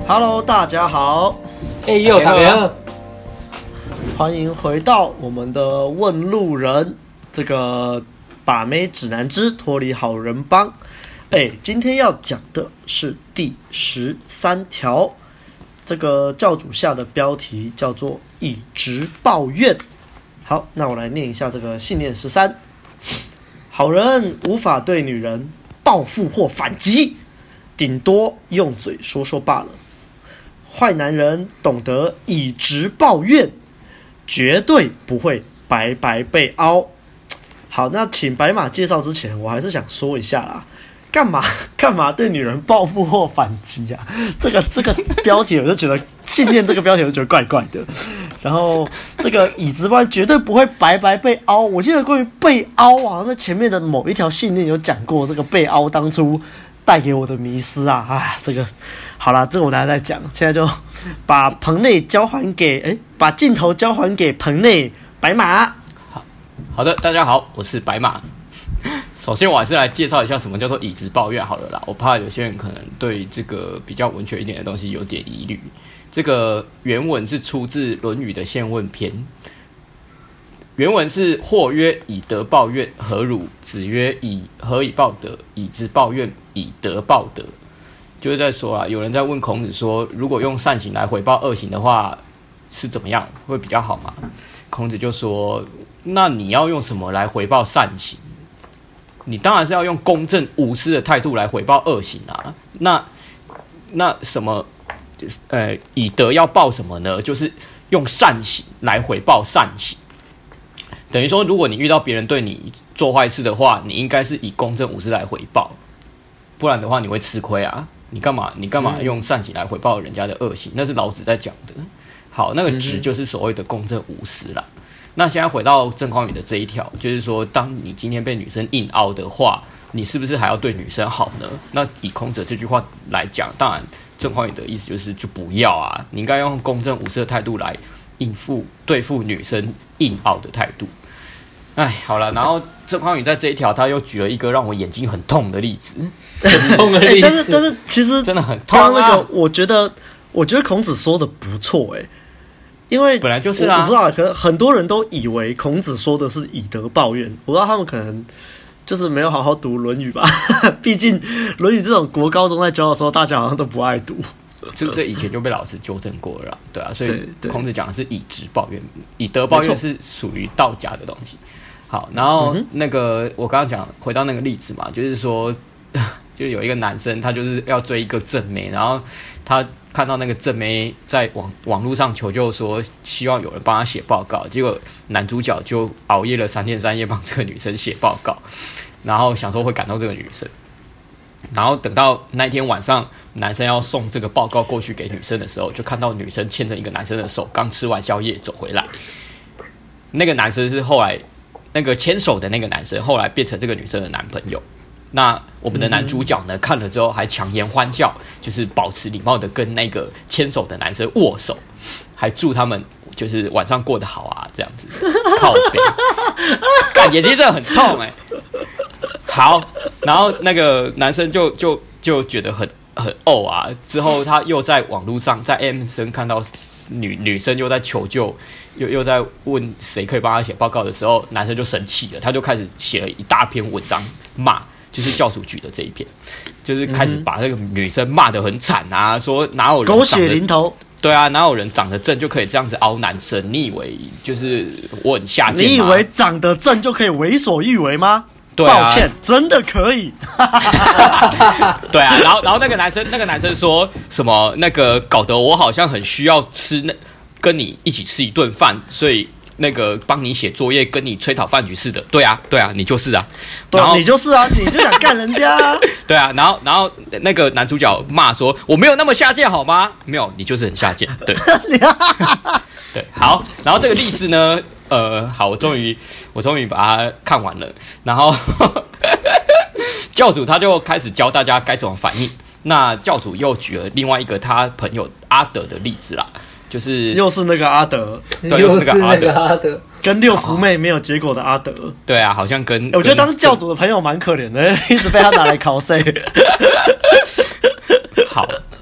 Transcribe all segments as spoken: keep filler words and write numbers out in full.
Hello， 大家好。 哎呦，大哥， 欢迎回到我们的问路人这个把妹指南之脱离好人帮。哎，今天要讲的是第十三条，这个教主下的标题叫做以直报怨。好，那我来念一下这个信念十三。好人无法对女人报复或反击，顶多用嘴说说罢了。坏男人懂得以直报怨，绝对不会白白被凹。好，那请白马介绍之前，我还是想说一下啦，干嘛干嘛对女人报复或反击啊？这个这个标题我就觉得信念这个标题我就觉得怪怪的。然后这个以直报怨绝对不会白白被凹。我记得关于被凹啊，在前面的某一条信念有讲过，这个被凹当初带给我的迷思啊，啊，这个好啦，这个我等一下再讲。现在就把棚内交还给，哎，把镜头交还给棚内白马。 好好的，大家好，我是白马。首先，我还是来介绍一下什么叫做以直报怨好了啦。我怕有些人可能对这个比较文学一点的东西有点疑虑。这个原文是出自《论语》的宪问篇。原文是或曰：“以德报怨，何如？”子曰：“以何以报德？以直报怨，以德报德。”就是在说啊，有人在问孔子说，如果用善行来回报恶行的话，是怎么样？会比较好吗？孔子就说：“那你要用什么来回报善行？你当然是要用公正无私的态度来回报恶行啊。那那什么？呃，以德要报什么呢？就是用善行来回报善行。等于说，如果你遇到别人对你做坏事的话，你应该是以公正无私来回报，不然的话你会吃亏啊。你干嘛？你干嘛用善行来回报人家的恶行？那是老子在讲的。好，那个直就是所谓的公正无私啦。那现在回到郑匡宇的这一条，就是说，当你今天被女生硬凹的话，你是不是还要对女生好呢？那以孔子这句话来讲，当然郑匡宇的意思就是就不要啊，你应该用公正无私的态度来应付对付女生硬凹的态度。哎，好了，然后郑匡宇在这一条他又举了一个让我眼睛很痛的例子，很痛的例子。 欸、但是但是其实真的很痛啊。 刚刚那个，我觉得我觉得孔子说的不错哎、欸，因为本来就是啊， 我不知道，可能很多人都以为孔子说的是以德报怨，我不知道他们可能就是没有好好读《论语》吧，毕竟《论语》这种国高中在教的时候，大家好像都不爱读。 这这以前就被老师纠正过了啦，对啊，所以孔子讲的是以直报怨，以德报怨是属于道家的东西。好，然后那个我刚刚讲回到那个例子嘛，就是说，就是有一个男生他就是要追一个正妹，然后他看到那个正妹在网网络上求救说希望有人帮他写报告，结果男主角就熬夜了三天三夜帮这个女生写报告，然后想说会感动这个女生。然后等到那一天晚上，男生要送这个报告过去给女生的时候，就看到女生牵着一个男生的手，刚吃完宵夜走回来。那个男生是后来那个牵手的那个男生，后来变成这个女生的男朋友。那我们的男主角呢，看了之后还强颜欢笑，就是保持礼貌的跟那个牵手的男生握手，还祝他们就是晚上过得好啊，这样子。靠北，干眼睛真的很痛哎、欸。好，然后那个男生就就就觉得很很怄啊。之后他又在网络上，在 M 生看到女女生又在求救，又又在问谁可以帮他写报告的时候，男生就生气了，他就开始写了一大篇文章骂，就是教主举的这一篇，就是开始把那个女生骂得很惨啊，说哪有人狗血淋头。 对啊，哪有人长得正就可以这样子凹男生？你以为就是我很下贱吗？ 你以为长得正就可以为所欲为吗？ 对啊、 抱歉，真的可以。 对啊，然后然后那个男生那个男生说什么？那个搞得我好像很需要吃那跟你一起吃一顿饭，所以那个帮你写作业，跟你催讨饭局似的。对啊，对啊，你就是啊。 对啊，你就是啊，你就想干人家、啊。 对啊，然后然后那个男主角骂说：“我没有那么下贱好吗？”没有，你就是很下贱。对，对，好。然后这个例子呢？呃，好，我终于，我终于把它看完了。然后教主他就开始教大家该怎么反应。那教主又举了另外一个他朋友阿德的例子啦，就是又是那个阿德， 对，又是那个阿德， 阿德跟六福妹没有结果的阿德。 对啊，好像跟、 欸、我觉得当教主的朋友蛮可怜的，一直被他拿来考试。 好，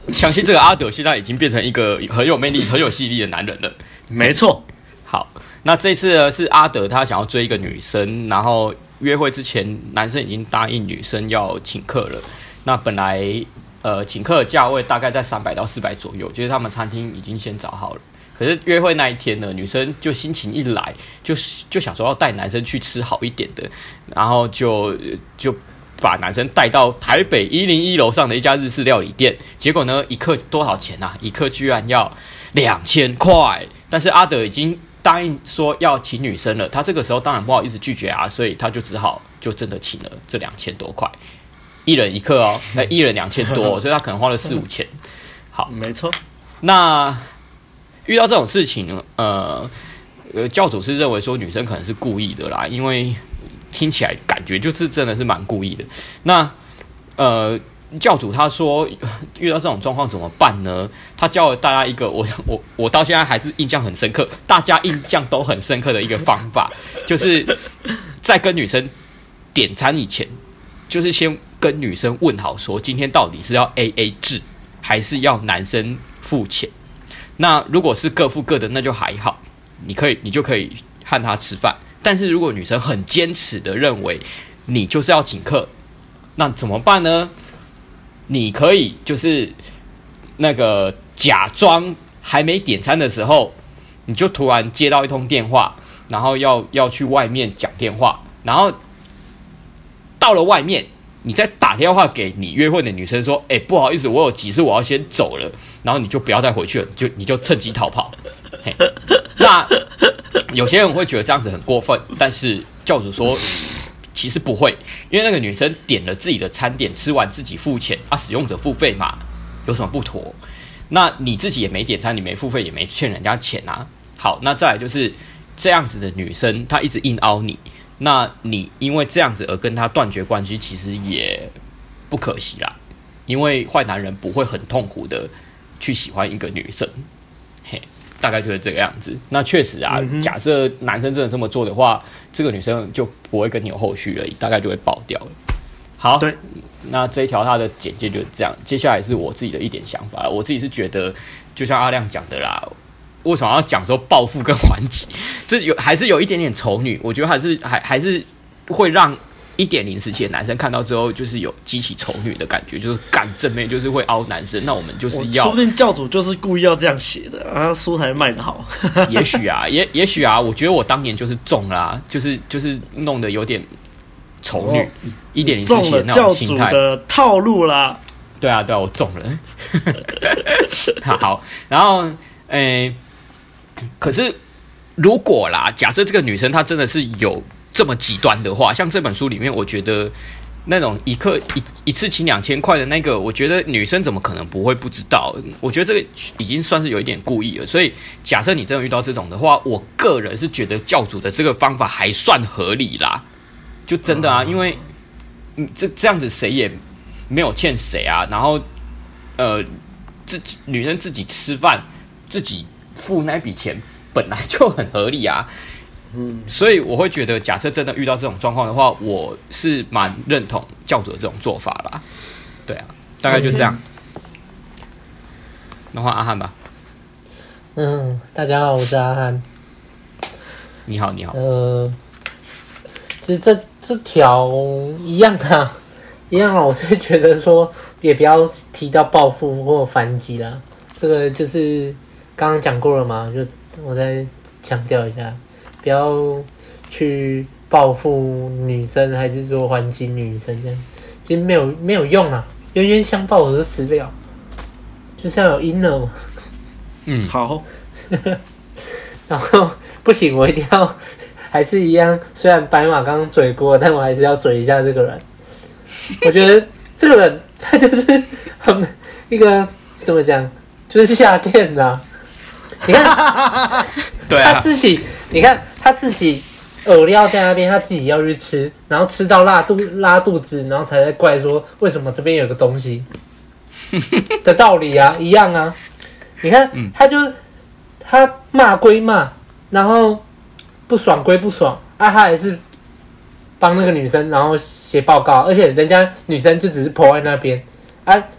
相信这个阿德现在已经变成一个很有魅力、很有吸引力的男人了。 没错。 好，那这次呢是阿德他想要追一个女生，然后约会之前，男生已经答应女生要请客了。那本来呃请客的价位大概在三百到四百左右，就是他们餐厅已经先找好了。可是约会那一天呢，女生就心情一来，就就想说要带男生去吃好一点的，然后就就把男生带到台北一零一楼上的一家日式料理店。结果呢，一客多少钱啊？一客居然要两千块。但是阿德已经答应说要请女生了，他这个时候当然不好意思拒绝啊，所以他就只好就真的请了这两千多块，一人一客哦，那一人两千多、哦，所以他可能花了四五千。好， 没错。 那遇到这种事情，呃，呃，教主是认为说女生可能是故意的啦，因为听起来感觉就是真的是蛮故意的。那呃。教主他说遇到这种状况怎么办呢？他教了大家一个我我我到现在还是印象很深刻，大家印象都很深刻的一个方法，就是在跟女生点餐以前，就是先跟女生问好说今天到底是要 A A 制还是要男生付钱。那如果是各付各的那就还好，你可以你就可以和他吃饭。但是如果女生很坚持的认为你就是要请客，那怎么办呢？你可以就是那个假装还没点餐的时候，你就突然接到一通电话，然后要要去外面讲电话，然后到了外面，你再打电话给你约会的女生说：“哎、欸，不好意思，我有急事，我要先走了。”然后你就不要再回去了，就你就趁机逃跑。嘿，那有些人会觉得这样子很过分，但是教主说。其实不会，因为那个女生点了自己的餐点，吃完自己付钱啊，使用者付费嘛，有什么不妥？那你自己也没点餐，你没付费，也没欠人家钱啊。好，那再来就是这样子的女生，她一直硬凹你，那你因为这样子而跟她断绝关系，其实也不可惜啦。因为坏男人不会很痛苦的去喜欢一个女生，嘿。大概就是这个样子。那确实啊，嗯、假设男生真的这么做的话，这个女生就不会跟你有后续了，大概就会爆掉了。好，对，那这一条它的简介就是这样。接下来是我自己的一点想法，我自己是觉得，就像阿亮讲的啦，为什么要讲说报复跟还击？这有还是有一点点丑女，我觉得还是还还是会让。一点零时期的男生看到之后，就是有激起丑女的感觉，就是干正妹就是会凹男生，那我们就是要， 说不定教主就是故意要这样写的，然后书才卖得好。 也许啊，也也许啊，我觉得我当年就是中啦、啊，就是就是弄得有点丑女，一点零时期的那种心态， 中了教主的套路啦。 对啊，对啊，我中了。好，然后诶、欸，可是如果啦，假设这个女生她真的是有。这么极端的话，像这本书里面，我觉得那种一克一一次请两千块的那个，我觉得女生怎么可能不会不知道？我觉得这个已经算是有一点故意了。所以，假设你真的遇到这种的话，我个人是觉得教主的这个方法还算合理啦。就真的啊，因为嗯，这这样子谁也没有欠谁啊。然后，呃，自己女生自己吃饭，自己付那笔钱，本来就很合理啊。嗯，所以我会觉得，假设真的遇到这种状况的话，我是蛮认同教主的这种做法啦。对啊，大概就这样。那换阿汉吧。 嗯，大家好，我是阿汉。 你好，你好。 呃，其实这这条一样啊，一样啊，我是觉得说，也不要提到报复或反击啦。这个就是刚刚讲过了嘛，就我再强调一下。不要去报复女生，还是说还击女生这样，其实没有没有用啊，冤冤相报何时了，就是要有因了嘛。 嗯，好。 然后不行，我一定要还是一样，虽然白马刚刚嘴过，但我还是要嘴一下这个人。我觉得这个人他就是很一个怎么讲，就是下贱的、啊。你看， 对啊， 他自己，你看他自己饵料在那边，他自己要去吃，然后吃到拉肚拉肚子，然后才在怪说为什么这边有个东西的道理啊，一样啊。你看，嗯、他就他骂归骂，然后不爽归不爽啊，他还是帮那个女生然后写报告，而且人家女生就只是 po 在那边啊，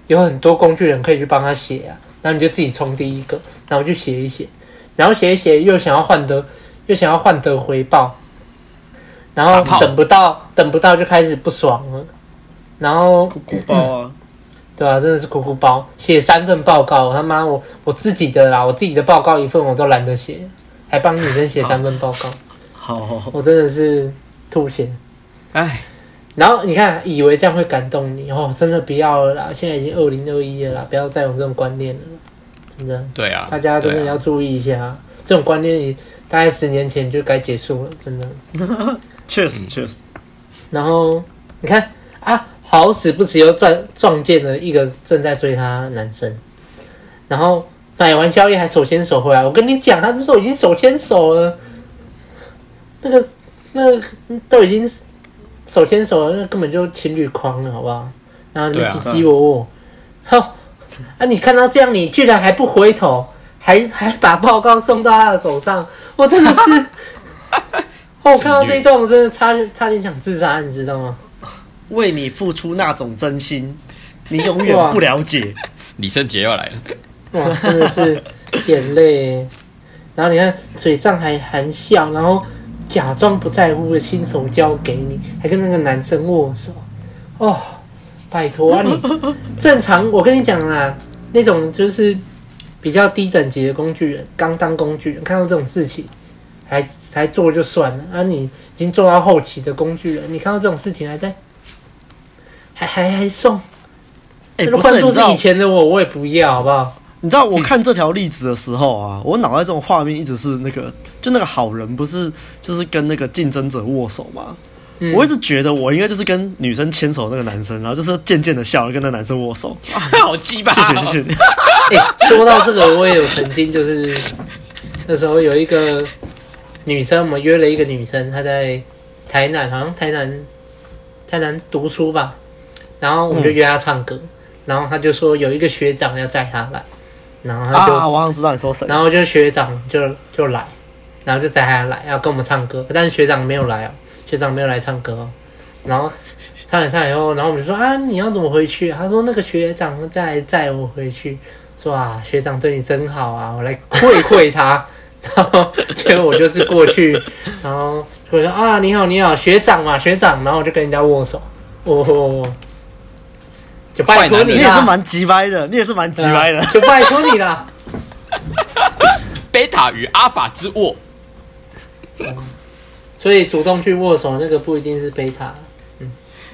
有很多工具人可以去帮他写啊，然后你就自己冲第一个，然后就写一写，然后写一写又想要换得又想要换得回报，然后等不到等不到就开始不爽了，然后哭哭包啊， 对啊，真的是哭哭包，写三份报告，他妈我我自己的啦，我自己的报告一份我都懒得写，还帮女生写三份报告， 好好好， 我真的是吐血， 哎。 然后你看，以为这样会感动你哦，真的不要了啦！现在已经二零二一了啦，不要再有这种观念了，真的。 对啊， 大家真的要注意一下，啊、这种观念你大概十年前就该结束了，真的。 确实确实。 然后你看啊，好死不死又撞撞见了一个正在追他的男生，然后买完宵夜还手牵手回来。我跟你讲，他们都已经手牵手了，那个那个都已经。手牵手，那根本就情侣狂了，好不好？然后你们唧唧我我，好啊，啊！你看到这样，你居然还不回头，还还把报告送到他的手上，我真的是，哦、我看到这一段，我真的差差点想自杀，你知道吗？ 为你付出那种真心，你永远不了解。 李圣杰要来了， 哇，真的是眼泪，然后你看嘴上还含笑，然后。假装不在乎的亲手交给你，还跟那个男生握手，哦，拜托啊你！正常，我跟你讲啦，那种就是比较低等级的工具人，刚当工具人，看到这种事情还还做就算了，啊，你已经做到后期的工具人，你看到这种事情还在，还还还送，哎、欸，换作是以前的我，我也不要，好不好？ 你知道我看这条例子的时候啊，我脑袋这种画面一直是那个，就那个好人不是就是跟那个竞争者握手吗？嗯、我一直觉得我应该就是跟女生牵手那个男生，然后就是渐渐的笑，跟那男生握手。 好鸡巴！ 谢谢谢谢。 哎、欸，说到这个，我也有曾经就是那时候有一个女生，我们约了一个女生，她在台南，好像台南台南读书吧，然后我们就约她唱歌，嗯、然后她就说有一个学长要载她来。然后他就， 啊，我好像知道你说谁。 然后就学长就就来，然后就载他来，要跟我们唱歌。但是学长没有来哦，学长没有来唱歌哦。然后唱完唱以后，然后我们就说啊，你要怎么回去？他说那个学长再来载我回去。说啊，学长对你真好啊，我来会会他。然后结果我就是过去，然后我说啊，你好你好，学长嘛学长，然后我就跟人家握手。哦。就拜托你啦！ 你也是蛮急掰的，你也是蛮急掰的、 啊，就拜托你啦。 贝塔与阿法之握、 嗯，所以主动去握手那个不一定是贝塔。嗯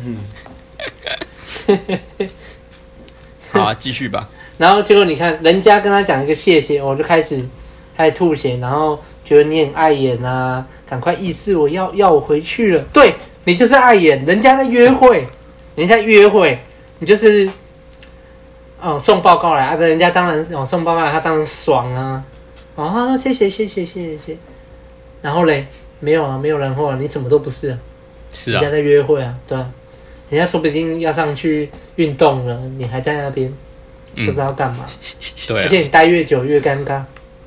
嗯。好啊，继续吧。 然后结果你看，人家跟他讲一个谢谢，我就开始开始吐血，然后觉得你很碍眼啊，赶快意思我要要我回去了。对你就是碍眼，人家在约会，人家在约会。你就是，哦，送报告来啊！人家当然哦，送报告来，他当然爽啊！哦，谢谢谢谢谢谢谢谢。然后嘞，没有啊，没有然后啊，你什么都不是啊。 是啊。 人家在约会啊，对啊。人家说不定要上去运动了，你还在那边、嗯、不知道干嘛。 对、啊。 而且你待越久越尴尬。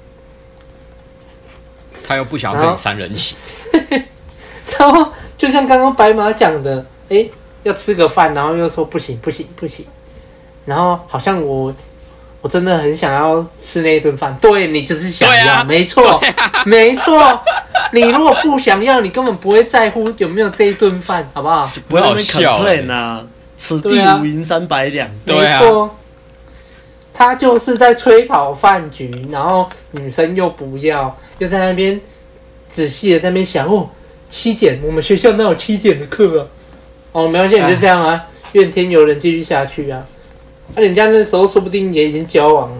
他又不想要跟你三人行。 然后就像刚刚白马讲的，哎。要吃个饭，然后又说不行不行不行，然后好像我我真的很想要吃那一顿饭。对，你只是想要，啊、没错、啊、没错。你如果不想要，你根本不会在乎有没有这一顿饭，好不好？ 就不会那边 complain 啊，此地无银三百两。 没错，他就是在催讨饭局，然后女生又不要，又在那边仔细的在那边想，哦，七点我们学校哪有七点的课啊？哦，没关系，你就这样啊，怨天尤人，继续下去啊。那、啊、人家那时候说不定也已经交往了。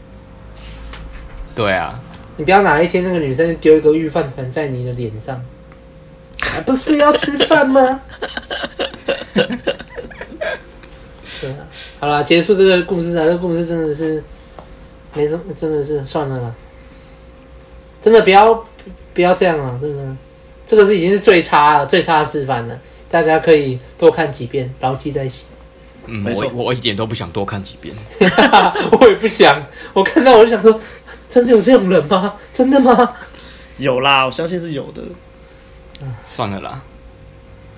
对啊， 你不要哪一天那个女生丢一个御饭团在你的脸上，啊、不是要吃饭吗？对啊，好啦，结束这个故事啊，这个故事真的是没什么，真的是算了啦，真的不要不要这样了，真的，这个是已经是最差了，最差的示范了。大家可以多看几遍，牢记在心。 嗯，我我一点都不想多看几遍。 我也不想，我看到我就想说，真的有这种人吗？真的吗？ 有啦，我相信是有的。 算了啦。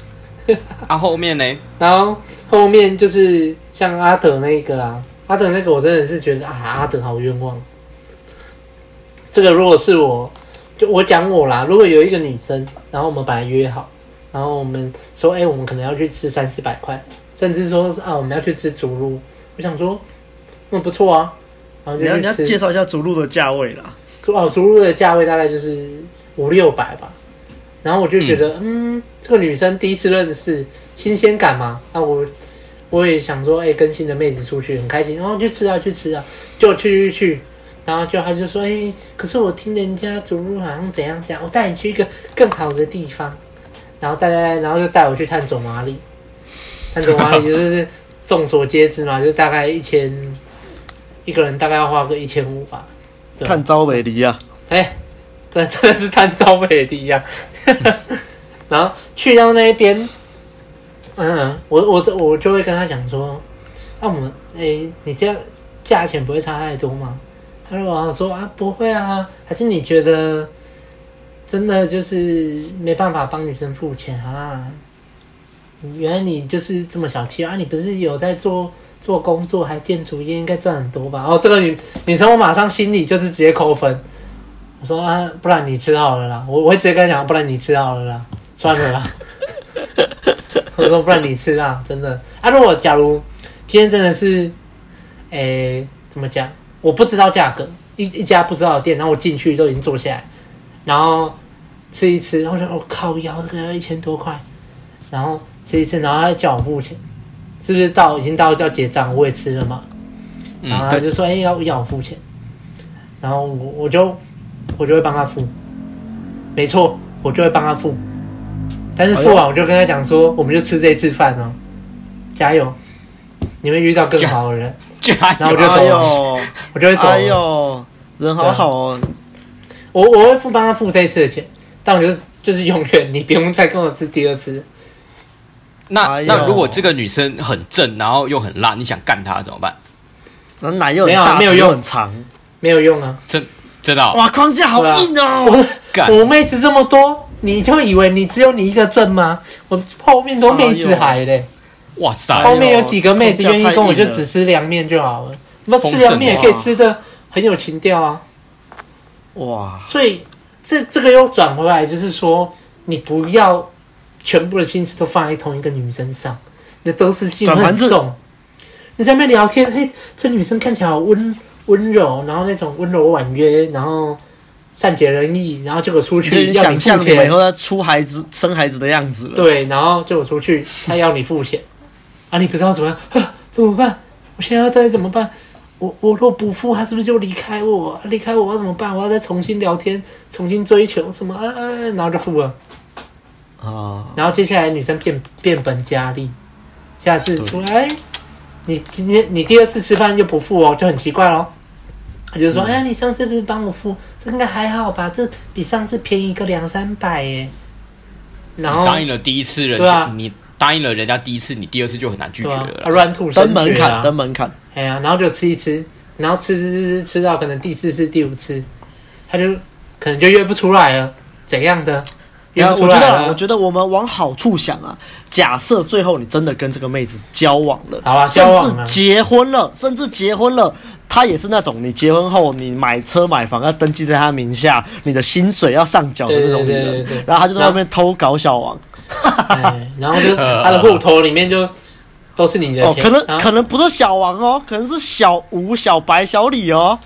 啊，后面呢？ 然后后面就是像阿德那个啊，阿德那个我真的是觉得啊，阿德好冤枉。这个如果是我，就我讲我啦，如果有一个女生，然后我们本来约好，然后我们说，哎、欸，我们可能要去吃三四百块，甚至说啊，我们要去吃竹鹿，我想说，嗯，不错啊，然后就去吃。 你要你要介绍一下竹鹿的价位啦。 哦，竹鹿的价位大概就是五六百吧。然后我就觉得，嗯, 嗯，这个女生第一次认识，新鲜感嘛。那我我也想说，哎、欸，跟新的妹子出去很开心，然后去吃啊，去吃啊，就去去去。然后就他就说，哎、欸，可是我听人家竹鹿好像怎样怎样，我带你去一个更好的地方。然后带带，然后就带我去探索马里，探索马里就是众所皆知嘛，就大概一千，一个人大概要花个一千五吧。 探招美离啊！ 哎、欸，真真的是探招美离啊！然后去到那边，嗯，我我我就会跟他讲说，啊，我们哎、欸，你这样价钱不会差太多吗？他说说啊，不会啊，还是你觉得真的就是没办法帮女生付钱啊？原来你就是这么小气啊！你不是有在做做工作，还建筑业，应该赚很多吧？哦，这个女女生我马上心里就是直接扣分。我说啊，不然你吃好了啦，我我会直接跟他讲，不然你吃好了啦，算了啦。我说不然你吃啦，真的啊！如果假如今天真的是，诶，怎么讲？我不知道价格，一一家不知道的店，然后我进去都已经坐下来，然后吃一吃，然后我说我、哦、靠腰，这个要一千多块，然后吃一吃，然后他叫我付钱，是不是到已经到要结账，我也吃了嘛，然后他就说，哎、嗯欸，要要我付钱，然后我我就我就会帮他付，没错，我就会帮他付，但是付完我就跟他讲说，我们就吃这一次饭哦，加油，你会遇到更好的人。然后我就走了，哎、我就会走了。 哎呦，人好好哦。 我我会付帮他付这一次的钱，但我就就是永远你不用再跟我吃第二次。 那、 哎、 那如果这个女生很正，然后又很辣，你想干她怎么办？ 那奶又很大， 没有用， 很长， 没有用啊！ 真真的、哦、 哇，框架好硬哦！ 我我妹子这么多，你就以为你只有你一个正吗？我后面都妹子海嘞。 哇塞！ 后面有几个妹子愿意跟我就只吃凉面就好了，那吃凉面也可以吃的很有情调啊！ 哇！ 所以这这个又转回来，就是说你不要全部的心思都放在同一个女生上，你的得失心会很重。你在那边聊天，嘿，这女生看起来好温温柔，然后那种温柔婉约，然后善解人意，然后结果出去要你付钱， 想象你们以后要出孩子、生孩子的样子了。 对，然后结果出去，他要你付钱。啊，你不知道怎么样，怎么办？我现在要再怎么办？我我若不付，他是不是就离开我？离开我要怎么办？我要再重新聊天，重新追求什么？啊啊！然后就付了。 啊！ 然后接下来女生变变本加厉，下次出来，你今天你第二次吃饭又不付哦，就很奇怪咯。他就说：“哎、嗯，你上次不是帮我付？这应该还好吧？这比上次便宜个两三百耶。”然后答应了第一次人， 对啊， 你。答应了人家第一次，你第二次就很难拒绝了啦。 乱、啊、吐登门槛，登门槛。 哎呀，然后就吃一吃，然后吃吃吃吃吃到可能第四次、第五次，他就可能就约不出来了，怎样的？约不出来了。 我觉得，我觉得我们往好处想啊，假设最后你真的跟这个妹子交往了， 好啊， 甚至结婚了，甚至结婚了，她也是那种你结婚后你买车买房要登记在她名下，你的薪水要上缴的那种女人， 对对对对对， 然后她就在外面偷搞小王。 哎，然后就他的户头里面就都是你的钱， 哦、可能可能不是小王哦，可能是小吴、小白、小李哦。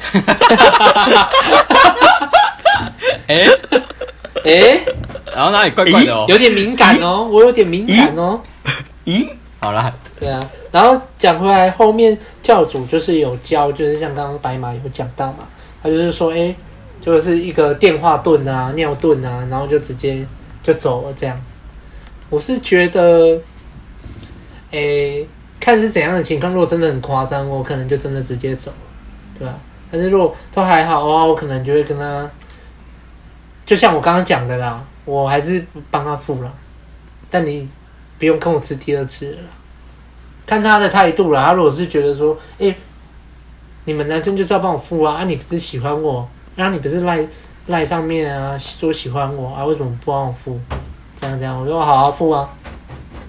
哎哎、欸， 然后哪里怪怪的哦， 有点敏感哦，我有点敏感哦。 咦，好啦， 对啊，然后讲回来，后面教主就是有教，就是像刚刚白马有讲到嘛，他就是说，哎、欸，就是一个电话盾啊、尿盾啊，然后就直接就走了这样。我是觉得，诶，看是怎样的情况。如果真的很夸张，我可能就真的直接走，对吧？但是如果都还好的话，我可能就会跟他，就像我刚刚讲的啦，我还是帮他付了，但你不用跟我吃第二次了啦，看他的态度啦。他如果是觉得说，诶，你们男生就是要帮我付啊，啊，你不是喜欢我，然后你不是赖赖上面啊说喜欢我啊，为什么不帮我付？这样这样，我说好好付啊，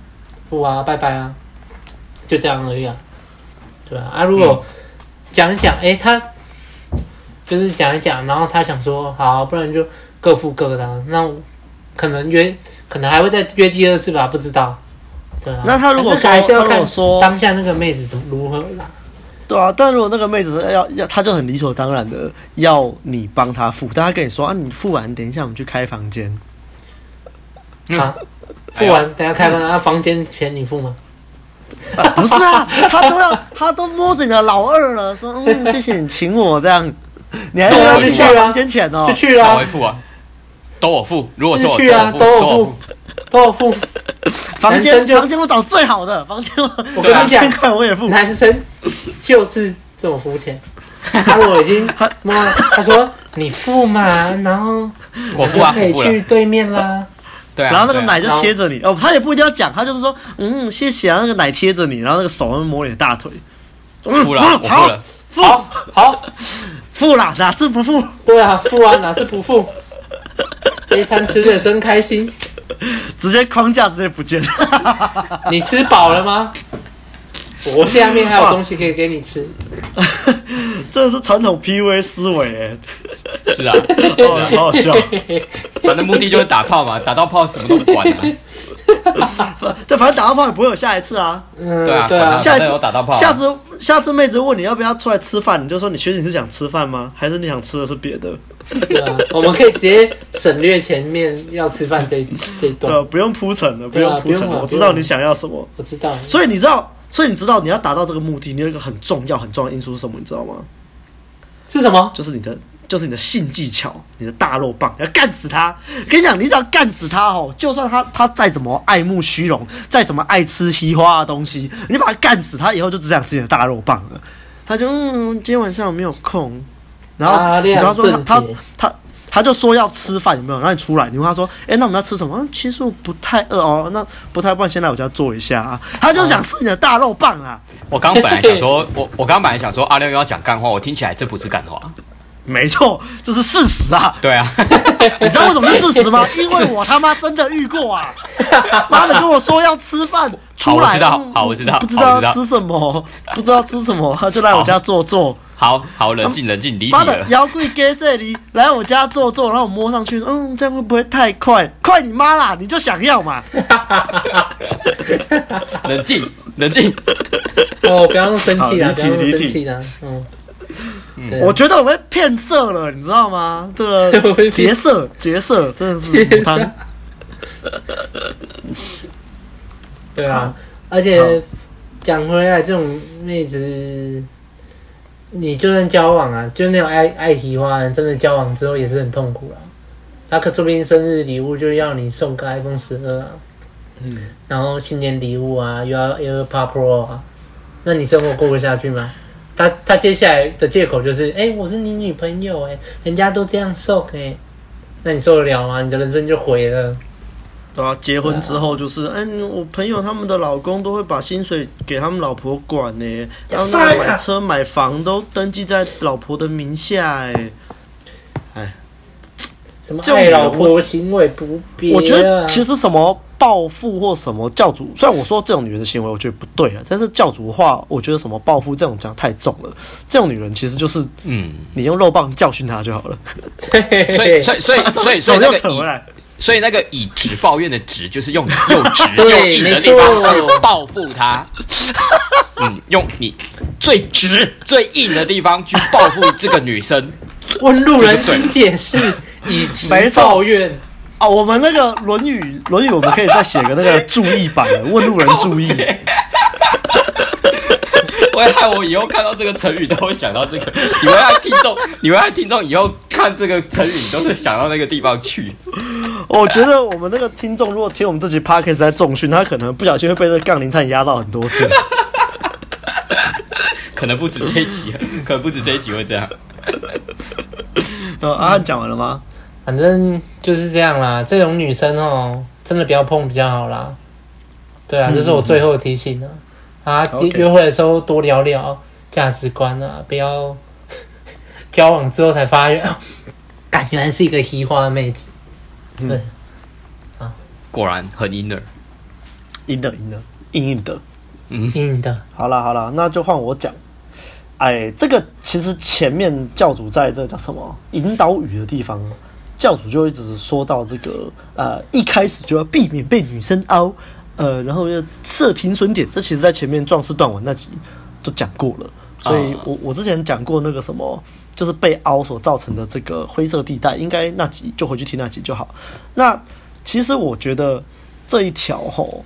付啊，拜拜啊，就这样而已啊。对啊，啊，如果讲一讲，哎、欸，他就是讲一讲，然后他想说，好，不然就各付各的、啊，那可能约，可能还会再约第二次吧，不知道。对啊， 那他如果说， 还是要看说当下那个妹子怎么如何啦。 对啊，但如果那个妹子要要，他就很理所当然的要你帮他付，但他跟你说啊，你付完，等一下我们去开房间。 啊，付完，等一下开房，啊，房间钱你付吗？ 啊、不是啊，他都要，他都摸着你的老二了，说嗯，谢谢你请我这样，你还要去付房间钱哦， 就去啊， 我会付啊，都我付，如果是我去啊，都我付，都我付。 房间房间我找最好的房间， 我跟你讲， 块我也付。 男生就是这么肤浅。他如果已经摸，他说你付嘛，然后我付啊， 可以去对面啦。 对啊， 然后那个奶就贴着你哦，他也不一定要讲，他就是说嗯谢谢啊，那个奶贴着你，然后那个手摸你的大腿。 付了，我付了， 付好好付啦，哪次不付？ 对啊，付啊，哪次不付？这一餐吃的真开心。 直接框架直接不见。 你吃饱了吗？我下面还有东西可以给你吃。 这是传统 P U A 思维哎。 是啊，是啊， 好好笑。 反正目的就是打炮嘛，打到炮什么都不管啊。 对，反正打到炮也不会有下一次啊。 嗯， 对啊， 对啊。 下一次打到炮， 下次下次妹子问你要不要出来吃饭，你就说你学姐是想吃饭吗？还是你想吃的是别的？ 对啊，我们可以直接省略前面要吃饭这这一段。 对，不用铺陈了，不用铺陈了，我知道你想要什么。 我知道。 所以你知道，所以你知道你要达到这个目的，你有一个很重要很重要的因素是什么？你知道吗？ 是什么？ 就是你的。就是你的性技巧，你的大肉棒，要干死他！跟你讲，你只要干死他哦，就算他他再怎么爱慕虚荣，再怎么爱吃稀花的东西，你把他干死，他以后就只想吃你的大肉棒了。他就嗯，今天晚上我没有空，然后你知道说他他他他就说要吃饭，有没有？然后你出来，你问他说，哎、欸，那我们要吃什么？嗯，其实我不太饿哦，那不太，不然先来我家坐一下啊。他就想吃你的大肉棒啊！ 我刚本来想说，我我刚本来想说阿亮要讲干话，我听起来这不是干话。 没错，这是事实啊！ 对啊， 你知道为什么是事实吗？因为我他妈真的遇过啊！妈的跟我说要吃饭，出来， 好，我知道，好，我知道， 不知道要吃什么，不知道吃什么，他就来我家坐坐。 好好，冷静冷静，理解了。妈的，摇柜给这里来我家坐坐，然后我摸上去，嗯，这样会不会太快？快你妈啦！你就想要嘛！ 冷静冷静。 哦，不要那么生气啦，不要那么生气啦，嗯。 我觉得我被骗色了，你知道吗？这个劫色，劫色真的是母汤。 对啊，而且讲回来，这种妹子，你就算交往啊，就那种爱爱提花人，真的交往之后也是很痛苦啦。他可说不定生日礼物就要你送个 iPhone 十二啊，嗯，然后新年礼物啊又要 AirPods Pro 啊，那你生活过得下去吗？他他接下来的借口就是，哎、欸，我是你女朋友、欸，哎，人家都这样送、欸，哎，那你受得了吗？你的人生就毁了。 对啊，结婚之后就是，哎、欸，我朋友他们的老公都会把薪水给他们老婆管呢、欸，然后那个买车买房都登记在老婆的名下、欸，哎，哎， 什么爱老婆行为不别、啊？ 我觉得其实什么。报复或什么教主，虽然我说这种女人的行为我觉得不对啊，但是教主的话，我觉得什么报复这种讲太重了。这种女人其实就是，嗯，你用肉棒教训她就好了。 所以，所以，所以，所以，所以那个以，所以那个以直抱怨的直，就是用又直又硬的地方去报复她。嗯，用你最直最硬的地方去报复这个女生。 问路人请解释，以直抱怨。 啊，我们那个《论语》，《论语》我们可以再写个那个注意版的，问路人注意。 我会害我以后看到这个成语都会想到这个，你会害听众，你会害听众以后看这个成语都会想到那个地方去。 我觉得我们那个听众如果听我们这集 podcast 在重训，他可能不小心会被这个杠铃颤压到很多次。 可能不止这一集，可能不止这一集会这样。 呃，阿汉讲完了吗？ 反正就是这样啦，这种女生哦，真的不要碰比较好啦。对啊，这是我最后的提醒了。啊，约会的时候多聊聊价值观啊，不要交往之后才发现，感原来是一个稀花的妹子。对， 啊，果然很 inner。 赢的赢的，硬硬的， 嗯，硬的。 好啦好啦，那就换我讲。哎，这个其实前面教主在这叫什么引导语的地方，教主就一直说到这个呃，一开始就要避免被女生凹，呃，然后要设停损点。这其实在前面壮士断腕那集都讲过了，所以我我之前讲过那个什么，就是被凹所造成的这个灰色地带，应该那集就回去听那集就好。那其实我觉得这一条吼。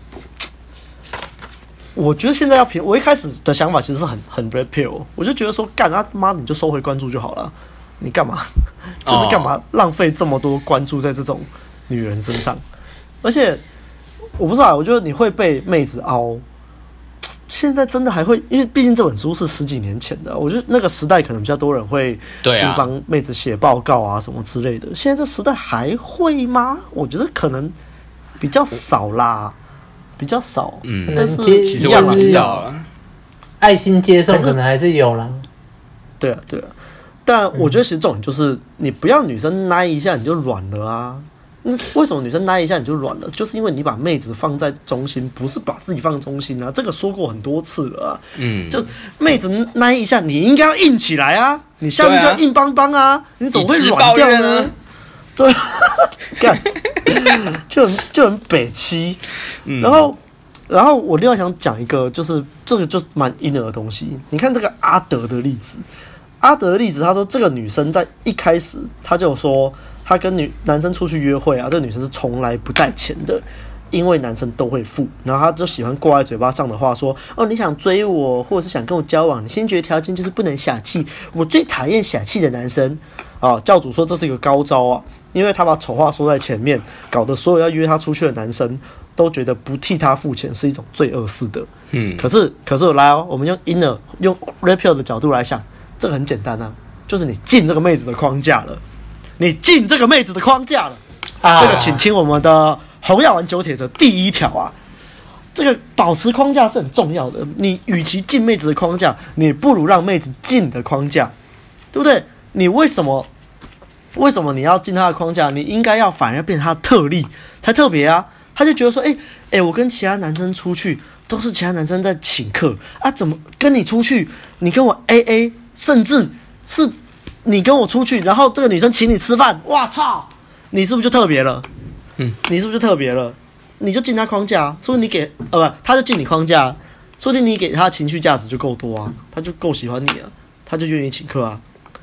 我觉得现在要评，我一开始的想法其实是很很 red pill， 我就觉得说，干他妈你就收回关注就好了，你干嘛？就是干嘛浪费这么多关注在这种女人身上？而且我不知道，我觉得你会被妹子凹，现在真的还会，因为毕竟这本书是十几年前的，我觉得那个时代可能比较多人会，就是帮妹子写报告啊什么之类的。现在这时代还会吗？我觉得可能比较少啦。比较少， 嗯， 但是其实我也不知道了。 爱心接送可能还是有啦。 对啊，对啊。但我觉得其实重点就是，你不要女生奶一下你就软了啊。那为什么女生奶一下你就软了？就是因为你把妹子放在中心，不是把自己放中心啊。这个说过很多次了啊。嗯，就妹子奶一下，你应该要硬起来啊，你下面就要硬邦邦啊，你怎么会软掉呢？对，干。就很就很北七，然后，然后我另外想讲一个，就是这个就蛮婴儿的东西。你看这个阿德的例子，阿德的例子，他说这个女生在一开始，他就说他跟女男生出去约会啊，这个女生是从来不带钱的，因为男生都会付，然后他就喜欢挂在嘴巴上的话说，哦，你想追我，或者是想跟我交往，你先决条件就是不能小气，我最讨厌小气的男生。啊，教主说这是一个高招啊，因为他把丑话说在前面，搞得所有要约他出去的男生都觉得不替他付钱是一种罪恶式的。嗯，可是可是来哦，我们用 inner 用 repeal 的角度来想，这个很简单啊，就是你进这个妹子的框架了，你进这个妹子的框架了。啊、这个请听我们的红药丸九铁则第一条啊，这个保持框架是很重要的。你与其进妹子的框架，你不如让妹子进你的框架，对不对？你为什么？为什么你要进他的框架？你应该要反而变成他的特例才特别啊！他就觉得说，哎、欸、哎、欸，我跟其他男生出去都是其他男生在请客啊，怎么跟你出去，你跟我 A A， 甚至是你跟我出去，然后这个女生请你吃饭，哇操，你是不是就特别了？嗯，你是不是就特别了？你就进他框架，说你给呃不，他就进你框架，说不定你给他情绪价值就够多啊，他就够喜欢你啊，他就愿意请客啊。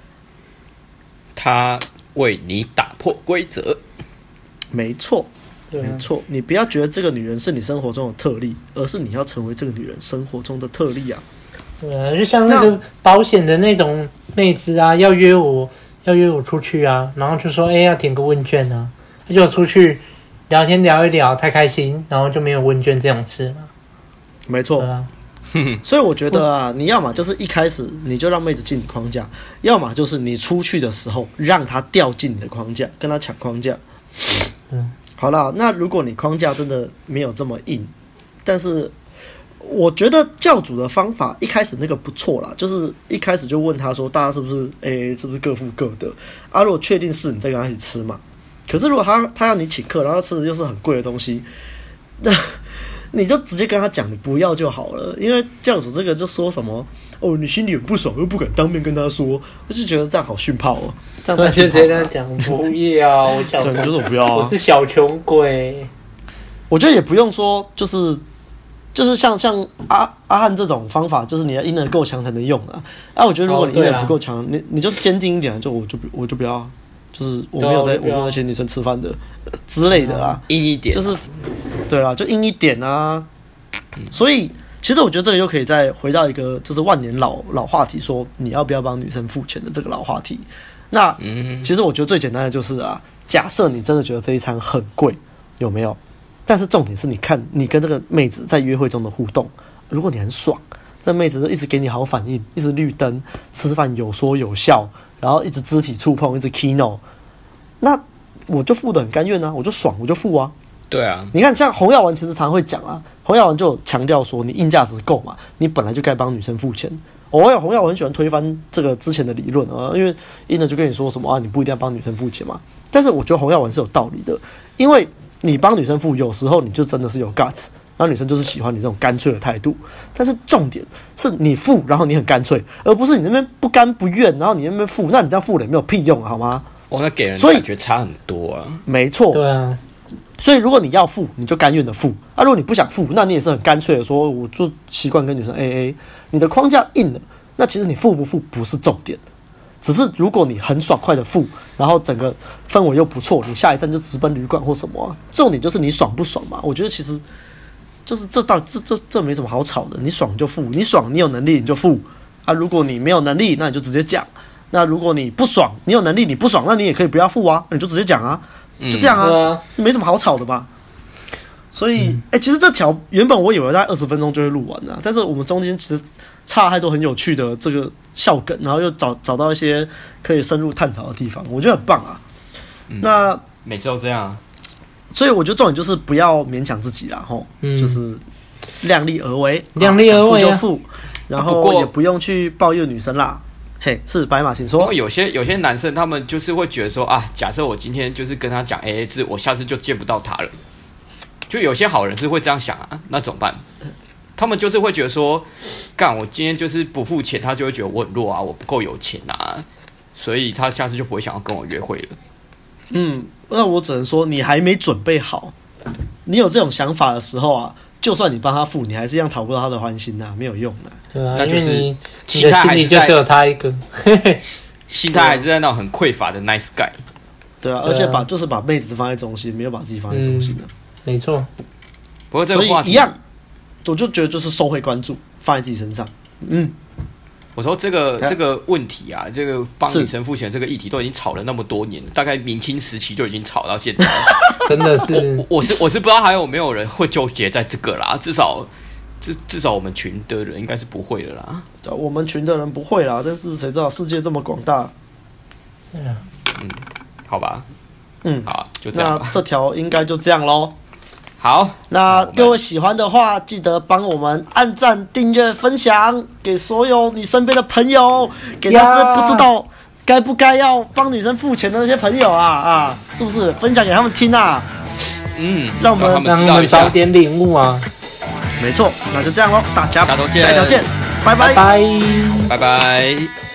他为你打破规则， 没错，没错。你不要觉得这个女人是你生活中的特例，而是你要成为这个女人生活中的特例啊。 对啊，就像那个保险的那种妹子啊，要约我，要约我出去啊，然后就说，哎、欸，要填个问卷啊，就出去聊天聊一聊，太开心，然后就没有问卷这种事嘛。 没错。对啊。所以我觉得啊，你要么就是一开始你就让妹子进你框架，要么就是你出去的时候让她掉进你的框架，跟她抢框架。嗯，好啦，那如果你框架真的没有这么硬，但是我觉得教主的方法一开始那个不错啦，就是一开始就问他说，大家是不是诶、欸、是不是各付各的啊？如果确定是，你再跟他一起吃嘛。可是如果他他要你请客，然后吃的又是很贵的东西，那你就直接跟他讲你不要就好了，因为教主这个就说什么哦，你心里很不爽又不敢当面跟他说，我就觉得这样好训炮哦。这样我就直接跟他讲不要，我小对，就是我不要、啊， 我是小穷鬼。 我觉得也不用说，就是就是像像阿阿汉这种方法，就是你要阴能够强才能用啊。啊，我觉得如果你阴能不够强，你你就是坚定一点，就我就我就不要，就是我没有在我没有在请女生吃饭的之类的啦， 硬一点， 就是。对啦，就硬一点啊！所以其实我觉得这个又可以再回到一个就是万年老老话题，说你要不要帮女生付钱的这个老话题。那其实我觉得最简单的就是啊，假设你真的觉得这一餐很贵，有没有？但是重点是你看你跟这个妹子在约会中的互动，如果你很爽，这妹子就一直给你好反应，一直绿灯，吃饭有说有笑，然后一直肢体触碰，一直 keynote， 那我就付得很甘愿啊，我就爽，我就付啊。 对啊， 你看，像洪耀文其实常会讲啊，洪耀文就有强调说，你硬价值够嘛，你本来就该帮女生付钱。我有洪耀文很喜欢推翻这个之前的理论啊，因为硬的就跟你说什么啊，你不一定要帮女生付钱嘛。但是我觉得洪耀文是有道理的，因为你帮女生付，有时候你就真的是有 guts， 后女生就是喜欢你这种干脆的态度。但是重点是你付，然后你很干脆，而不是你那边不甘不愿，然后你那边付，那你这样付了也没有屁用，好吗？ 哦，那给人所以感觉差很多啊。 没错， 对啊。 所以如果你要付，你就甘愿的付啊；如果你不想付，那你也是很干脆的说，我就习惯跟女生 A A。你的框架硬了，那其实你付不付不是重点，只是如果你很爽快的付，然后整个氛围又不错，你下一站就直奔旅馆或什么、啊，重点就是你爽不爽嘛。我觉得其实就是这到这这这没什么好吵的，你爽就付，你爽你有能力你就付啊。如果你没有能力，那你就直接讲。那如果你不爽，你有能力你不爽，那你也可以不要付啊，你就直接讲啊。就这样啊， 嗯啊没什么好吵的吧。所以，哎、嗯欸，其实这条原本我以为大概二十分钟就会录完了，但是我们中间其实插太多很有趣的这个笑梗，然后又找找到一些可以深入探讨的地方，我觉得很棒啊。嗯、那每次都这样、啊， 所以我觉得重点就是不要勉强自己啦，吼、嗯，就是量力而为， 量力而为、啊， 付就付，然后也不用去抱怨女生啦。嘿，是白马，请说。 因为有些有些男生，他们就是会觉得说啊，假设我今天就是跟他讲 A A 制，我下次就见不到他了。就有些好人是会这样想啊，那怎么办？他们就是会觉得说，干我今天就是不付钱，他就会觉得我很弱啊，我不够有钱啊，所以他下次就不会想要跟我约会了。 嗯，那我只能说你还没准备好。你有这种想法的时候啊，就算你帮他付，你还是一样讨不到他的欢心呐、啊，没有用的、啊。 对啊， 那就是你你的心里就只有他一个， 心态还是在那种很匮乏的 nice guy。 对啊，而且把就是把妹子放在中心，没有把自己放在中心的、啊嗯。 没错。 不过这个话题一样，我就觉得就是收回关注，放在自己身上。嗯， 我说这个这个问题啊，这个帮女生付钱这个议题都已经吵了那么多年了，大概明清时期就已经吵到现在。 真的是， 我, 我是我是不知道还有没有人会纠结在这个啦，至少。至至少我们群的人应该是不会的啦。 我们群的人不会啦，但是谁知道世界这么广大？ 对啊， 嗯，好吧， 嗯， 好，就这样吧。 那这条应该就这样咯。 好， 那各位喜欢的话，记得帮我们按赞、订阅、分享给所有你身边的朋友，给那些不知道该不该要帮女生付钱的那些朋友啊啊，是不是？分享给他们听啊。 嗯， 让我们让他们早点领悟啊。 没错，那就这样咯，大家下周见， 下一条见，拜拜， 拜拜。 拜拜。